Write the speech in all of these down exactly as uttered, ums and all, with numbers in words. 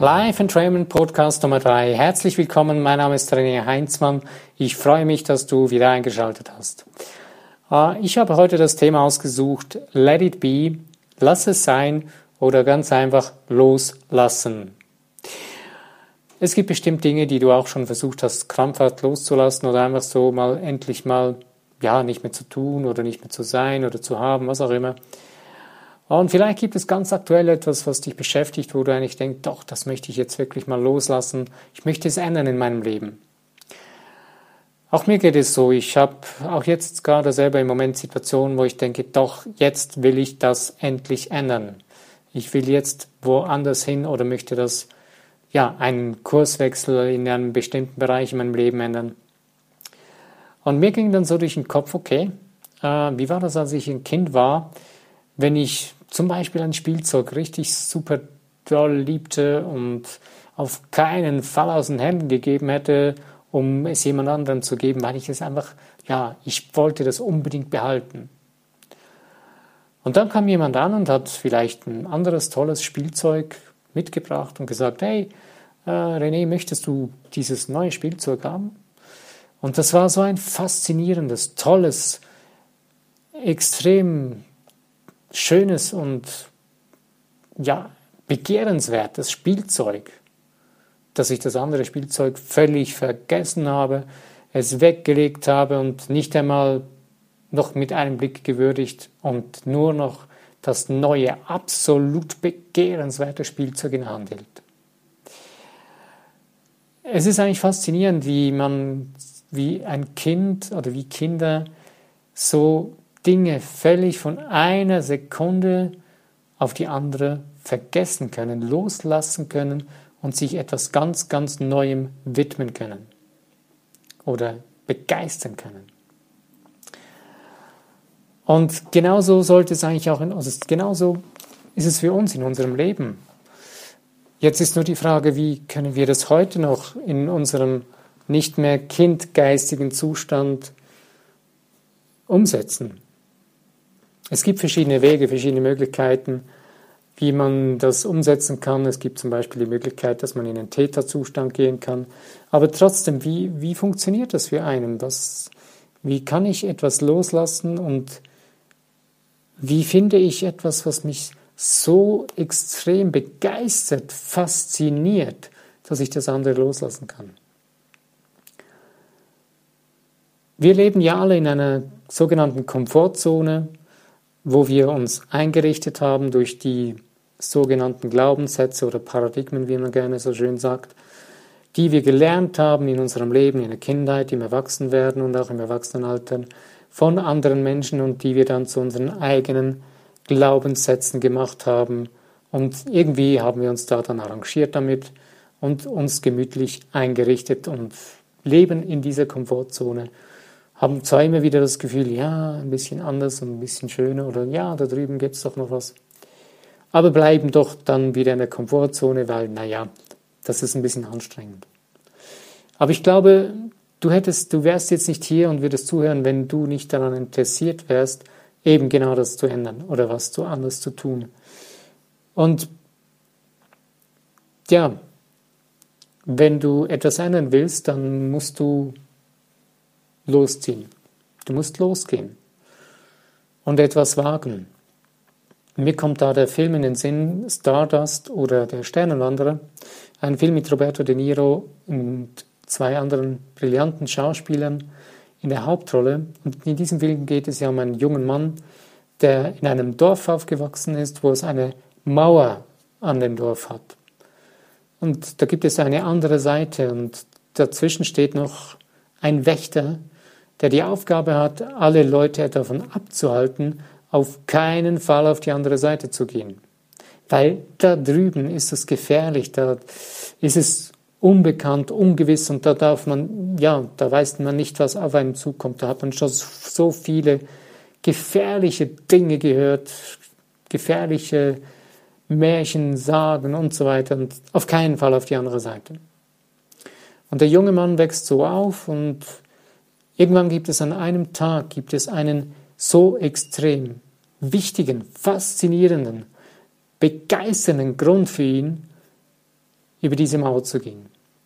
Life Entrainment Podcast Nummer drei. Herzlich willkommen, mein Name ist René Heinzmann. Ich freue mich, dass du wieder eingeschaltet hast. Ich habe heute das Thema ausgesucht, Let it be, lass es sein oder ganz einfach loslassen. Es gibt bestimmt Dinge, die du auch schon versucht hast, krampfhaft loszulassen oder einfach so mal endlich mal, ja, nicht mehr zu tun oder nicht mehr zu sein oder zu haben, was auch immer. Und vielleicht gibt es ganz aktuell etwas, was dich beschäftigt, wo du eigentlich denkst, doch, das möchte ich jetzt wirklich mal loslassen. Ich möchte es ändern in meinem Leben. Auch mir geht es so. Ich habe auch jetzt gerade selber im Moment Situationen, wo ich denke, doch, jetzt will ich das endlich ändern. Ich will jetzt woanders hin oder möchte das, ja, einen Kurswechsel in einem bestimmten Bereich in meinem Leben ändern. Und mir ging dann so durch den Kopf, okay, äh, wie war das, als ich ein Kind war, wenn ich zum Beispiel ein Spielzeug richtig super doll liebte und auf keinen Fall aus den Händen gegeben hätte, um es jemand anderem zu geben, weil ich es einfach, ja, ich wollte das unbedingt behalten. Und dann kam jemand an und hat vielleicht ein anderes tolles Spielzeug mitgebracht und gesagt, hey, äh, René, möchtest du dieses neue Spielzeug haben? Und das war so ein faszinierendes, tolles, extrem schönes und ja, begehrenswertes Spielzeug, dass ich das andere Spielzeug völlig vergessen habe, es weggelegt habe und nicht einmal noch mit einem Blick gewürdigt und nur noch das neue, absolut begehrenswerte Spielzeug in der Hand hält. Es ist eigentlich faszinierend, wie man, wie ein Kind oder wie Kinder so Dinge völlig von einer Sekunde auf die andere vergessen können, loslassen können und sich etwas ganz, ganz Neuem widmen können oder begeistern können. Und genauso sollte es eigentlich auch, in, also genauso ist es für uns in unserem Leben. Jetzt ist nur die Frage, wie können wir das heute noch in unserem nicht mehr kindgeistigen Zustand umsetzen? Es gibt verschiedene Wege, verschiedene Möglichkeiten, wie man das umsetzen kann. Es gibt zum Beispiel die Möglichkeit, dass man in einen Theta-Zustand gehen kann. Aber trotzdem, wie, wie funktioniert das für einen? Was, wie kann ich etwas loslassen und wie finde ich etwas, was mich so extrem begeistert, fasziniert, dass ich das andere loslassen kann? Wir leben ja alle in einer sogenannten Komfortzone, wo wir uns eingerichtet haben durch die sogenannten Glaubenssätze oder Paradigmen, wie man gerne so schön sagt, die wir gelernt haben in unserem Leben, in der Kindheit, im Erwachsenwerden und auch im Erwachsenenalter von anderen Menschen und die wir dann zu unseren eigenen Glaubenssätzen gemacht haben. Und irgendwie haben wir uns da dann arrangiert damit und uns gemütlich eingerichtet und leben in dieser Komfortzone. Haben zwar immer wieder das Gefühl, ja, ein bisschen anders und ein bisschen schöner oder ja, da drüben gibt es doch noch was. Aber bleiben doch dann wieder in der Komfortzone, weil, naja, das ist ein bisschen anstrengend. Aber ich glaube, du hättest, du wärst jetzt nicht hier und würdest zuhören, wenn du nicht daran interessiert wärst, eben genau das zu ändern oder was zu anders zu tun. Und ja, wenn du etwas ändern willst, dann musst du losziehen. Du musst losgehen und etwas wagen. Mir kommt da der Film in den Sinn, Stardust oder Der Sternenwanderer, ein Film mit Roberto De Niro und zwei anderen brillanten Schauspielern in der Hauptrolle. Und in diesem Film geht es ja um einen jungen Mann, der in einem Dorf aufgewachsen ist, wo es eine Mauer an dem Dorf hat. Und da gibt es eine andere Seite und dazwischen steht noch ein Wächter, der die Aufgabe hat, alle Leute davon abzuhalten, auf keinen Fall auf die andere Seite zu gehen. Weil da drüben ist es gefährlich, da ist es unbekannt, ungewiss und da darf man, ja, da weiß man nicht, was auf einen zukommt. Da hat man schon so viele gefährliche Dinge gehört, gefährliche Märchen, Sagen und so weiter und auf keinen Fall auf die andere Seite. Und der junge Mann wächst so auf und irgendwann gibt es an einem Tag, gibt es einen so extrem wichtigen, faszinierenden, begeisternden Grund für ihn, über diese Mauer zu gehen.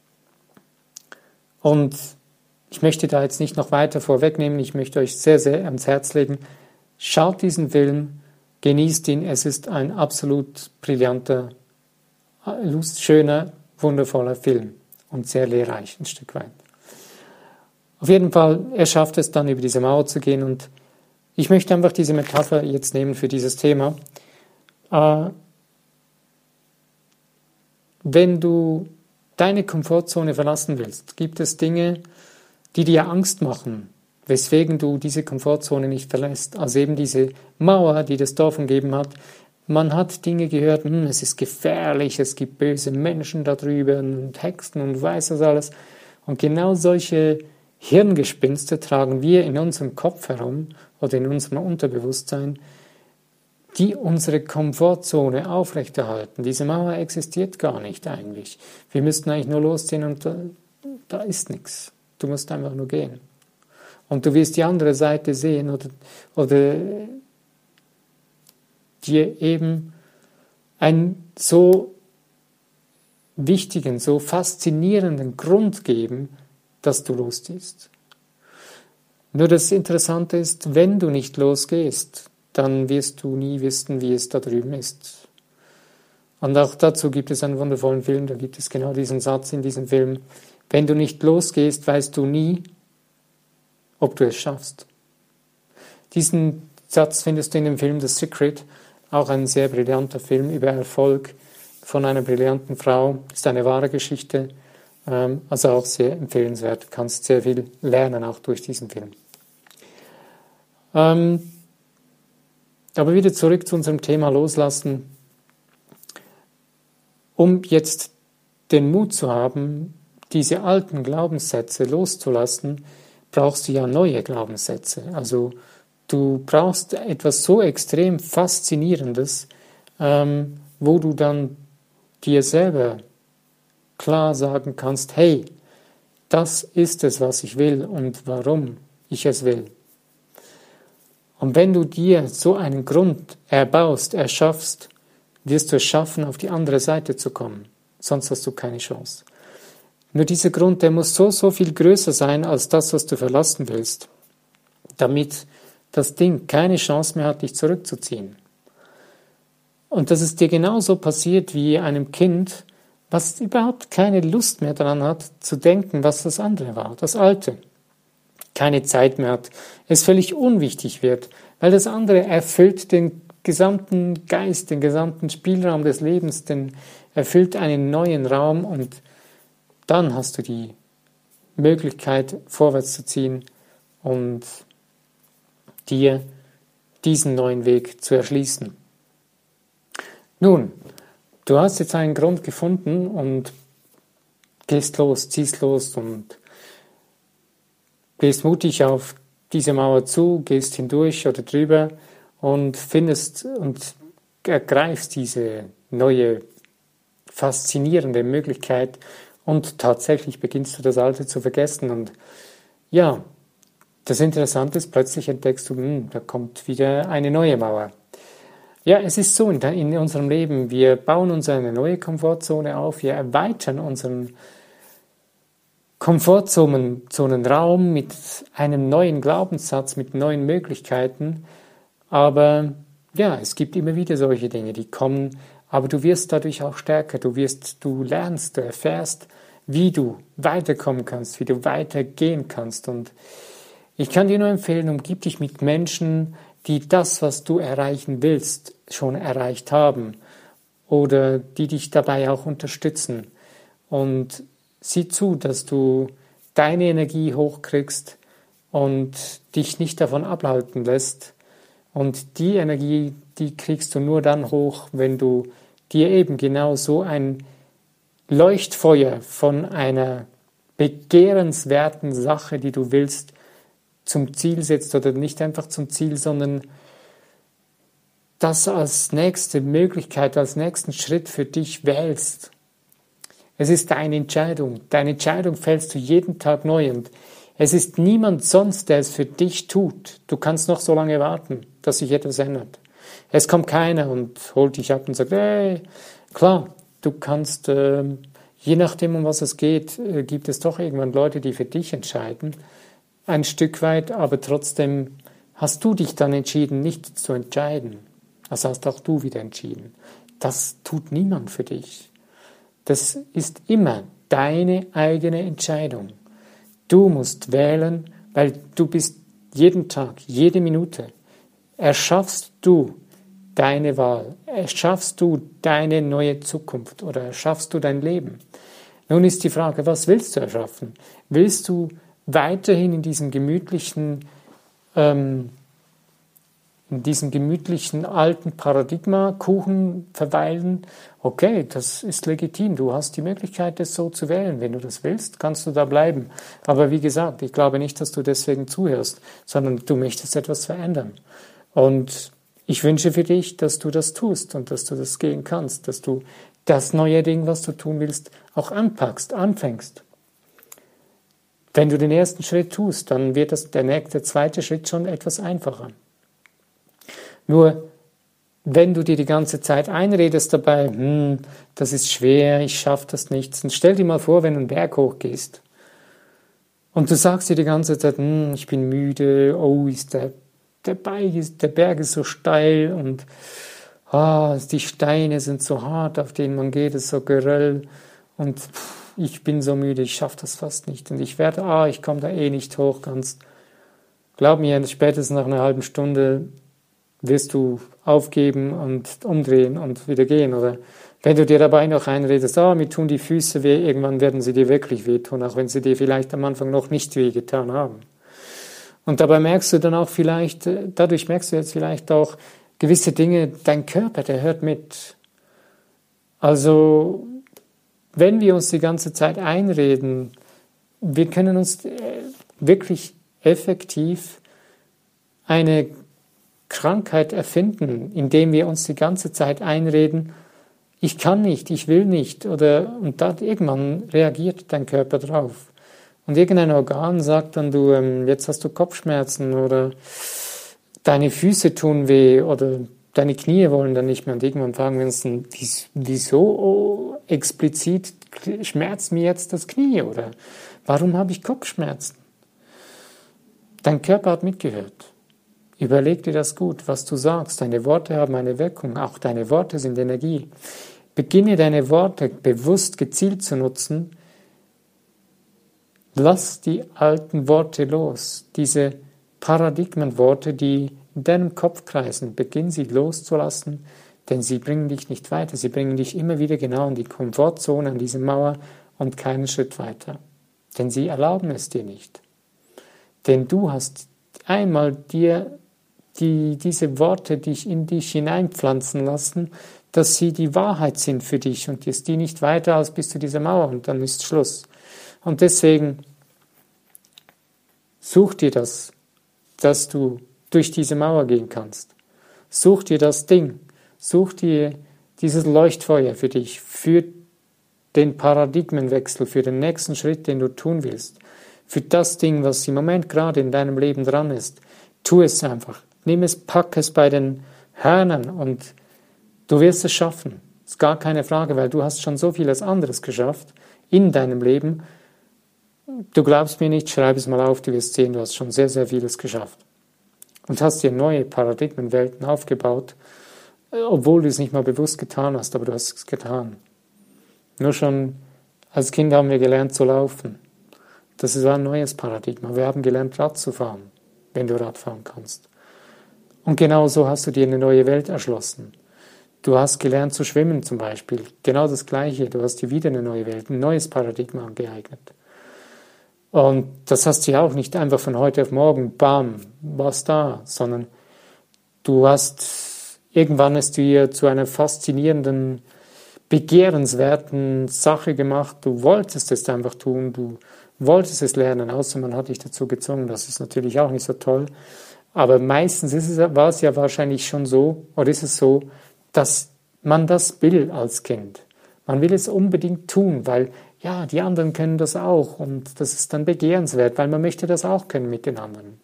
Und ich möchte da jetzt nicht noch weiter vorwegnehmen, ich möchte euch sehr, sehr ans Herz legen, schaut diesen Film, genießt ihn, es ist ein absolut brillanter, schöner, wundervoller Film und sehr lehrreich ein Stück weit. Auf jeden Fall, er schafft es dann, über diese Mauer zu gehen und ich möchte einfach diese Metapher jetzt nehmen für dieses Thema. Äh, wenn du deine Komfortzone verlassen willst, gibt es Dinge, die dir Angst machen, weswegen du diese Komfortzone nicht verlässt. Also eben diese Mauer, die das Dorf umgeben hat. Man hat Dinge gehört, hm, es ist gefährlich, es gibt böse Menschen da drüben und Hexen und weiß was alles. Und genau solche Hirngespinste tragen wir in unserem Kopf herum oder in unserem Unterbewusstsein, die unsere Komfortzone aufrechterhalten. Diese Mauer existiert gar nicht eigentlich. Wir müssten eigentlich nur losziehen und da, da ist nichts. Du musst einfach nur gehen. Und du wirst die andere Seite sehen oder, oder dir eben einen so wichtigen, so faszinierenden Grund geben, dass du losziehst. Nur das Interessante ist, wenn du nicht losgehst, dann wirst du nie wissen, wie es da drüben ist. Und auch dazu gibt es einen wundervollen Film, da gibt es genau diesen Satz in diesem Film. Wenn du nicht losgehst, weißt du nie, ob du es schaffst. Diesen Satz findest du in dem Film The Secret, auch ein sehr brillanter Film über Erfolg von einer brillanten Frau. Das ist eine wahre Geschichte, also auch sehr empfehlenswert. Du kannst sehr viel lernen, auch durch diesen Film. Ähm, aber wieder zurück zu unserem Thema Loslassen. Um jetzt den Mut zu haben, diese alten Glaubenssätze loszulassen, brauchst du ja neue Glaubenssätze. Also du brauchst etwas so extrem Faszinierendes, ähm, wo du dann dir selber klar sagen kannst, hey, das ist es, was ich will und warum ich es will. Und wenn du dir so einen Grund erbaust, erschaffst, wirst du es schaffen, auf die andere Seite zu kommen. Sonst hast du keine Chance. Nur dieser Grund, der muss so, so viel größer sein als das, was du verlassen willst, damit das Ding keine Chance mehr hat, dich zurückzuziehen. Und dass es dir genauso passiert wie einem Kind, was überhaupt keine Lust mehr daran hat, zu denken, was das andere war, das Alte. Keine Zeit mehr hat, es völlig unwichtig wird, weil das andere erfüllt den gesamten Geist, den gesamten Spielraum des Lebens, den erfüllt einen neuen Raum und dann hast du die Möglichkeit, vorwärts zu ziehen und dir diesen neuen Weg zu erschließen. Nun, du hast jetzt einen Grund gefunden und gehst los, ziehst los und gehst mutig auf diese Mauer zu, gehst hindurch oder drüber und findest und ergreifst diese neue, faszinierende Möglichkeit und tatsächlich beginnst du das Alte zu vergessen. Und ja, das Interessante ist, plötzlich entdeckst du, hm, da kommt wieder eine neue Mauer. Ja, es ist so in, in unserem Leben, wir bauen uns eine neue Komfortzone auf, wir erweitern unseren Komfortzonenraum mit einem neuen Glaubenssatz, mit neuen Möglichkeiten. Aber ja, es gibt immer wieder solche Dinge, die kommen, aber du wirst dadurch auch stärker, du wirst, du lernst, du erfährst, wie du weiterkommen kannst, wie du weitergehen kannst. Und ich kann dir nur empfehlen, umgib dich mit Menschen, die das, was du erreichen willst, schon erreicht haben oder die dich dabei auch unterstützen. Und sieh zu, dass du deine Energie hochkriegst und dich nicht davon abhalten lässt. Und die Energie, die kriegst du nur dann hoch, wenn du dir eben genau so ein Leuchtfeuer von einer begehrenswerten Sache, die du willst, zum Ziel setzt oder nicht einfach zum Ziel, sondern das als nächste Möglichkeit, als nächsten Schritt für dich wählst. Es ist deine Entscheidung. Deine Entscheidung fällst du jeden Tag neu und es ist niemand sonst, der es für dich tut. Du kannst noch so lange warten, dass sich etwas ändert. Es kommt keiner und holt dich ab und sagt, hey, klar, du kannst äh, je nachdem, um was es geht, gibt es doch irgendwann Leute, die für dich entscheiden, ein Stück weit, aber trotzdem hast du dich dann entschieden, nicht zu entscheiden. Also hast auch du wieder entschieden. Das tut niemand für dich. Das ist immer deine eigene Entscheidung. Du musst wählen, weil du bist jeden Tag, jede Minute, erschaffst du deine Wahl, erschaffst du deine neue Zukunft oder erschaffst du dein Leben. Nun ist die Frage, was willst du erschaffen? Willst du weiterhin in diesem gemütlichen, ähm, in diesem gemütlichen alten Paradigma-Kuchen verweilen? Okay, das ist legitim. Du hast die Möglichkeit, das so zu wählen. Wenn du das willst, kannst du da bleiben. Aber wie gesagt, ich glaube nicht, dass du deswegen zuhörst, sondern du möchtest etwas verändern. Und ich wünsche für dich, dass du das tust und dass du das gehen kannst, dass du das neue Ding, was du tun willst, auch anpackst, anfängst. Wenn du den ersten Schritt tust, dann wird das, der nächste, der zweite Schritt schon etwas einfacher. Nur, wenn du dir die ganze Zeit einredest dabei, hm, das ist schwer, ich schaffe das nicht, dann stell dir mal vor, wenn du einen Berg hochgehst und du sagst dir die ganze Zeit, hm, ich bin müde, oh, ist der, der, Berg ist, der Berg ist so steil und ah, die Steine sind so hart, auf denen man geht, es ist so Geröll und pff, ich bin so müde, ich schaffe das fast nicht und ich werde, ah, ich komme da eh nicht hoch ganz. Glaub mir, spätestens nach einer halben Stunde wirst du aufgeben und umdrehen und wieder gehen. Oder wenn du dir dabei noch einredest, ah, mir tun die Füße weh, irgendwann werden sie dir wirklich wehtun, auch wenn sie dir vielleicht am Anfang noch nicht wehgetan haben. Und dabei merkst du dann auch vielleicht, dadurch merkst du jetzt vielleicht auch gewisse Dinge, dein Körper, der hört mit. Also, wenn wir uns die ganze Zeit einreden, wir können uns wirklich effektiv eine Krankheit erfinden, indem wir uns die ganze Zeit einreden, ich kann nicht, ich will nicht, oder und dann irgendwann reagiert dein Körper drauf. Und irgendein Organ sagt dann, du, ähm, jetzt hast du Kopfschmerzen oder deine Füße tun weh oder deine Knie wollen dann nicht mehr. Und irgendwann fragen wir uns dann, wieso oh, explizit schmerzt mir jetzt das Knie oder warum habe ich Kopfschmerzen? Dein Körper hat mitgehört. Überleg dir das gut, was du sagst. Deine Worte haben eine Wirkung. Auch deine Worte sind Energie. Beginne deine Worte bewusst gezielt zu nutzen. Lass die alten Worte los. Diese Paradigmenworte, die in deinem Kopf kreisen, beginn sie loszulassen, denn sie bringen dich nicht weiter. Sie bringen dich immer wieder genau in die Komfortzone, an diese Mauer und keinen Schritt weiter. Denn sie erlauben es dir nicht. Denn du hast einmal dir die, diese Worte dich in dich hineinpflanzen lassen, dass sie die Wahrheit sind für dich und dass die nicht weiter als bis zu dieser Mauer und dann ist Schluss. Und deswegen such dir das, dass du durch diese Mauer gehen kannst. Such dir das Ding, such dir dieses Leuchtfeuer für dich, für den Paradigmenwechsel, für den nächsten Schritt, den du tun willst, für das Ding, was im Moment gerade in deinem Leben dran ist. Tu es einfach. Nimm es, pack es bei den Hörnern und du wirst es schaffen. Ist gar keine Frage, weil du hast schon so vieles anderes geschafft in deinem Leben. Du glaubst mir nicht, schreib es mal auf, du wirst sehen, du hast schon sehr, sehr vieles geschafft. Und hast dir neue Paradigmenwelten aufgebaut, obwohl du es nicht mal bewusst getan hast, aber du hast es getan. Nur schon als Kind haben wir gelernt zu laufen. Das ist ein neues Paradigma. Wir haben gelernt, Rad zu fahren, wenn du Rad fahren kannst. Und genau so hast du dir eine neue Welt erschlossen. Du hast gelernt zu schwimmen zum Beispiel. Genau das Gleiche. Du hast dir wieder eine neue Welt, ein neues Paradigma angeeignet. Und das hast du ja auch nicht einfach von heute auf morgen, bam, was da, sondern du hast irgendwann es dir zu einer faszinierenden, begehrenswerten Sache gemacht. Du wolltest es einfach tun, du wolltest es lernen, außer man hat dich dazu gezwungen. Das ist natürlich auch nicht so toll. Aber meistens ist es, war es ja wahrscheinlich schon so, oder ist es so, dass man das will als Kind. Man will es unbedingt tun, weil ja, die anderen können das auch und das ist dann begehrenswert, weil man möchte das auch können mit den anderen.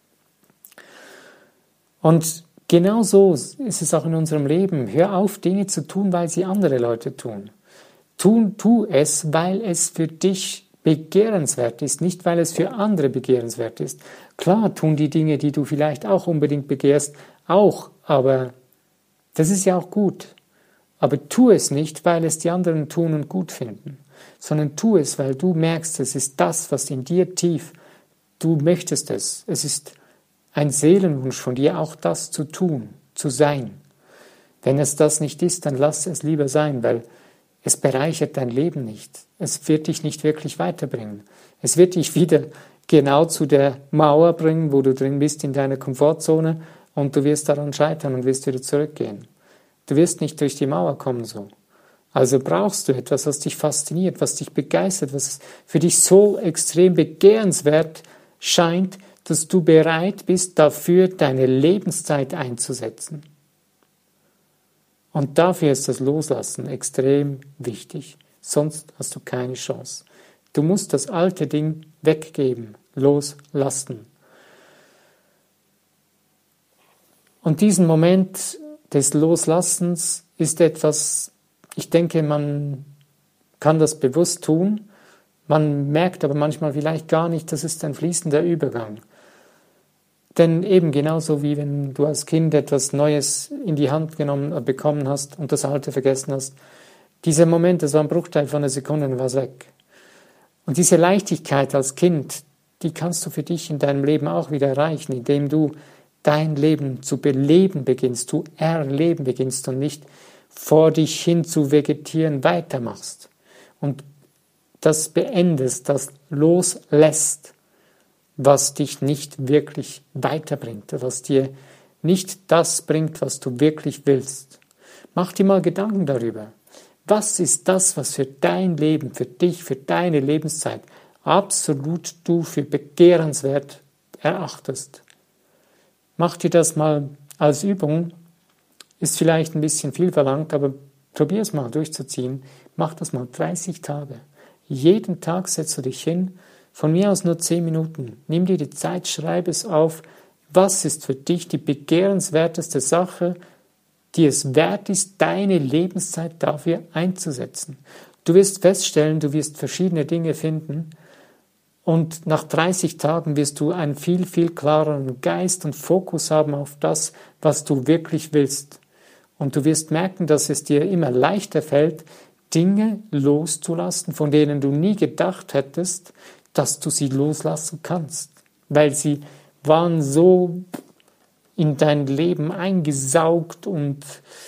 Und genau so ist es auch in unserem Leben. Hör auf, Dinge zu tun, weil sie andere Leute tun. Tu, tu es, weil es für dich begehrenswert ist, nicht weil es für andere begehrenswert ist. Klar tun die Dinge, die du vielleicht auch unbedingt begehrst, auch, aber das ist ja auch gut. Aber tu es nicht, weil es die anderen tun und gut finden, sondern tu es, weil du merkst, es ist das, was in dir tief, du möchtest es. Es ist ein Seelenwunsch von dir, auch das zu tun, zu sein. Wenn es das nicht ist, dann lass es lieber sein, weil es bereichert dein Leben nicht. Es wird dich nicht wirklich weiterbringen. Es wird dich wieder genau zu der Mauer bringen, wo du drin bist, in deiner Komfortzone, und du wirst daran scheitern und wirst wieder zurückgehen. Du wirst nicht durch die Mauer kommen so. Also brauchst du etwas, was dich fasziniert, was dich begeistert, was für dich so extrem begehrenswert scheint, dass du bereit bist, dafür deine Lebenszeit einzusetzen. Und dafür ist das Loslassen extrem wichtig. Sonst hast du keine Chance. Du musst das alte Ding weggeben, loslassen. Und diesen Moment des Loslassens ist etwas, ich denke, man kann das bewusst tun. Man merkt aber manchmal vielleicht gar nicht, das ist ein fließender Übergang. Denn eben genauso wie wenn du als Kind etwas Neues in die Hand genommen, bekommen hast und das Alte vergessen hast, dieser Moment, das war ein Bruchteil von einer Sekunde und war es weg. Und diese Leichtigkeit als Kind, die kannst du für dich in deinem Leben auch wieder erreichen, indem du dein Leben zu beleben beginnst, zu erleben beginnst und nicht vor dich hin zu vegetieren weitermachst. Und das beendest, das loslässt, was dich nicht wirklich weiterbringt, was dir nicht das bringt, was du wirklich willst. Mach dir mal Gedanken darüber. Was ist das, was für dein Leben, für dich, für deine Lebenszeit absolut du für begehrenswert erachtest? Mach dir das mal als Übung. Ist vielleicht ein bisschen viel verlangt, aber probier es mal durchzuziehen. Mach das mal dreißig Tage. Jeden Tag setzt du dich hin, von mir aus nur zehn Minuten. Nimm dir die Zeit, schreib es auf. Was ist für dich die begehrenswerteste Sache, die es wert ist, deine Lebenszeit dafür einzusetzen? Du wirst feststellen, du wirst verschiedene Dinge finden und nach dreißig Tagen wirst du einen viel, viel klareren Geist und Fokus haben auf das, was du wirklich willst. Und du wirst merken, dass es dir immer leichter fällt, Dinge loszulassen, von denen du nie gedacht hättest, dass du sie loslassen kannst, weil sie waren so in dein Leben eingesaugt und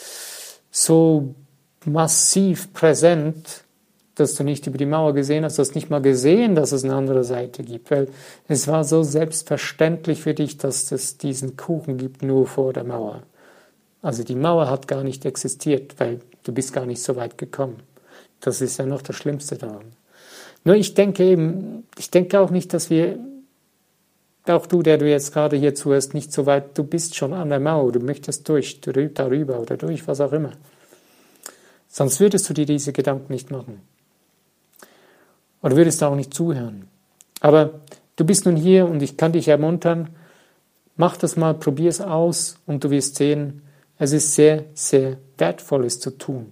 so massiv präsent, dass du nicht über die Mauer gesehen hast, du hast nicht mal gesehen, dass es eine andere Seite gibt, weil es war so selbstverständlich für dich, dass es diesen Kuchen gibt, nur vor der Mauer. Also die Mauer hat gar nicht existiert, weil du bist gar nicht so weit gekommen. Das ist ja noch das Schlimmste daran. Nur ich denke eben, ich denke auch nicht, dass wir, auch du, der du jetzt gerade hier zuhörst, nicht so weit, du bist schon an der Mauer, du möchtest durch, darüber oder durch, was auch immer. Sonst würdest du dir diese Gedanken nicht machen. Oder würdest du auch nicht zuhören. Aber du bist nun hier und ich kann dich ermuntern, mach das mal, probier es aus und du wirst sehen, es ist sehr, sehr wertvoll, es zu tun.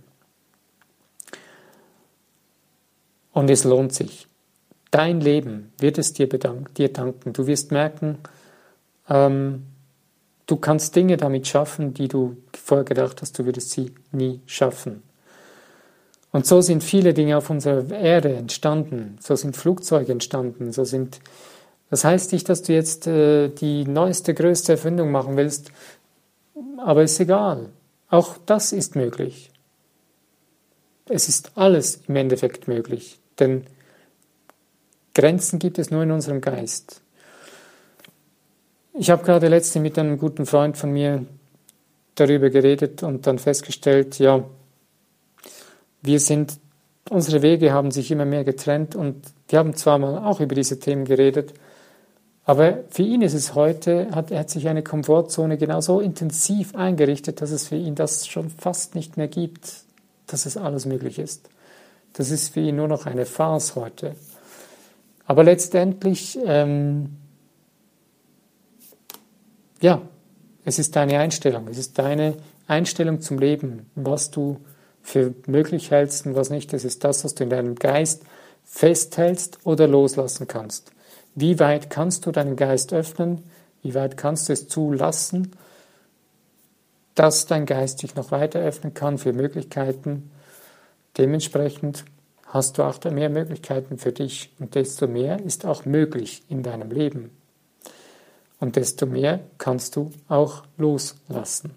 Und es lohnt sich. Dein Leben wird es dir, bedank- dir danken. Du wirst merken, ähm, du kannst Dinge damit schaffen, die du vorher gedacht hast, du würdest sie nie schaffen. Und so sind viele Dinge auf unserer Erde entstanden. So sind Flugzeuge entstanden. So sind, das heißt nicht, dass du jetzt äh, die neueste, größte Erfindung machen willst, aber ist egal. Auch das ist möglich. Es ist alles im Endeffekt möglich, denn Grenzen gibt es nur in unserem Geist. Ich habe gerade letztens mit einem guten Freund von mir darüber geredet und dann festgestellt, ja, wir sind, unsere Wege haben sich immer mehr getrennt und wir haben zwar mal auch über diese Themen geredet, aber für ihn ist es heute, hat, er hat sich eine Komfortzone genau so intensiv eingerichtet, dass es für ihn das schon fast nicht mehr gibt, dass es alles möglich ist. Das ist für ihn nur noch eine Farce heute. Aber letztendlich, ähm, ja, es ist deine Einstellung, es ist deine Einstellung zum Leben, was du für möglich hältst und was nicht. Das ist das, was du in deinem Geist festhältst oder loslassen kannst. Wie weit kannst du deinen Geist öffnen? Wie weit kannst du es zulassen, dass dein Geist sich noch weiter öffnen kann für Möglichkeiten? Dementsprechend hast du auch mehr Möglichkeiten für dich und desto mehr ist auch möglich in deinem Leben. Und desto mehr kannst du auch loslassen.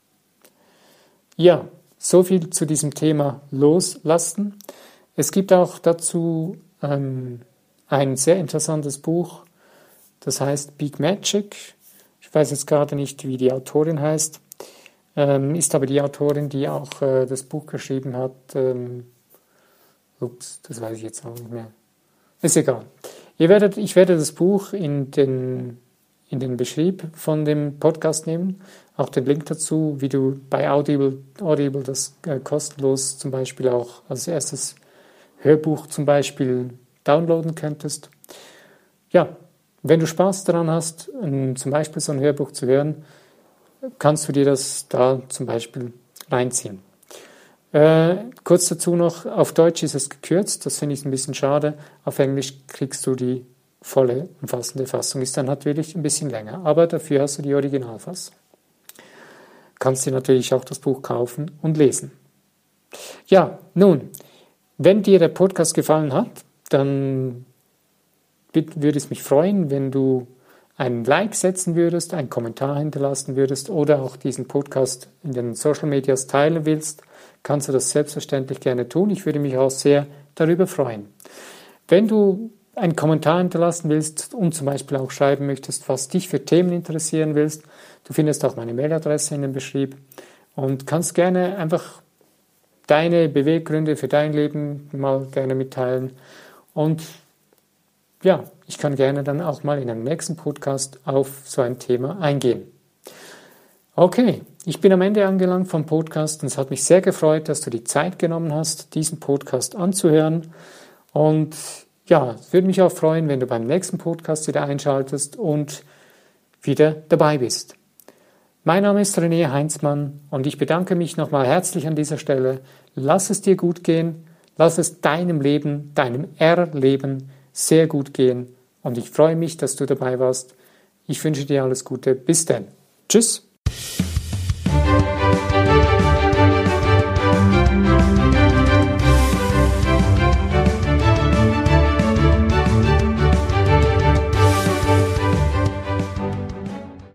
Ja, so viel zu diesem Thema Loslassen. Es gibt auch dazu ähm, ein sehr interessantes Buch, das heißt Big Magic. Ich weiß jetzt gerade nicht, wie die Autorin heißt, ähm, ist aber die Autorin, die auch äh, das Buch geschrieben hat. Ähm, ups, das weiß ich jetzt auch nicht mehr. Ist egal. Ihr werdet, ich werde das Buch in den, in den Beschrieb von dem Podcast nehmen, auch den Link dazu, wie du bei Audible, Audible das äh, kostenlos zum Beispiel auch als erstes Hörbuch zum Beispiel downloaden könntest. Ja, wenn du Spaß daran hast, zum Beispiel so ein Hörbuch zu hören, kannst du dir das da zum Beispiel reinziehen. Äh, kurz dazu noch, auf Deutsch ist es gekürzt, das finde ich ein bisschen schade. Auf Englisch kriegst du die volle, umfassende Fassung, ist dann natürlich ein bisschen länger, aber dafür hast du die Originalfassung. Kannst dir natürlich auch das Buch kaufen und lesen. Ja, nun, wenn dir der Podcast gefallen hat, dann würde es mich freuen, wenn du einen Like setzen würdest, einen Kommentar hinterlassen würdest oder auch diesen Podcast in den Social Medias teilen willst, kannst du das selbstverständlich gerne tun. Ich würde mich auch sehr darüber freuen. Wenn du einen Kommentar hinterlassen willst und zum Beispiel auch schreiben möchtest, was dich für Themen interessieren willst, du findest auch meine Mailadresse in dem Beschrieb und kannst gerne einfach deine Beweggründe für dein Leben mal gerne mitteilen. Und ja, ich kann gerne dann auch mal in einem nächsten Podcast auf so ein Thema eingehen. Okay, ich bin am Ende angelangt vom Podcast und es hat mich sehr gefreut, dass du die Zeit genommen hast, diesen Podcast anzuhören. Und ja, es würde mich auch freuen, wenn du beim nächsten Podcast wieder einschaltest und wieder dabei bist. Mein Name ist René Heinzmann und ich bedanke mich nochmal herzlich an dieser Stelle. Lass es dir gut gehen, lass es deinem Leben, deinem Erleben sehr gut gehen und ich freue mich, dass du dabei warst. Ich wünsche dir alles Gute. Bis dann. Tschüss.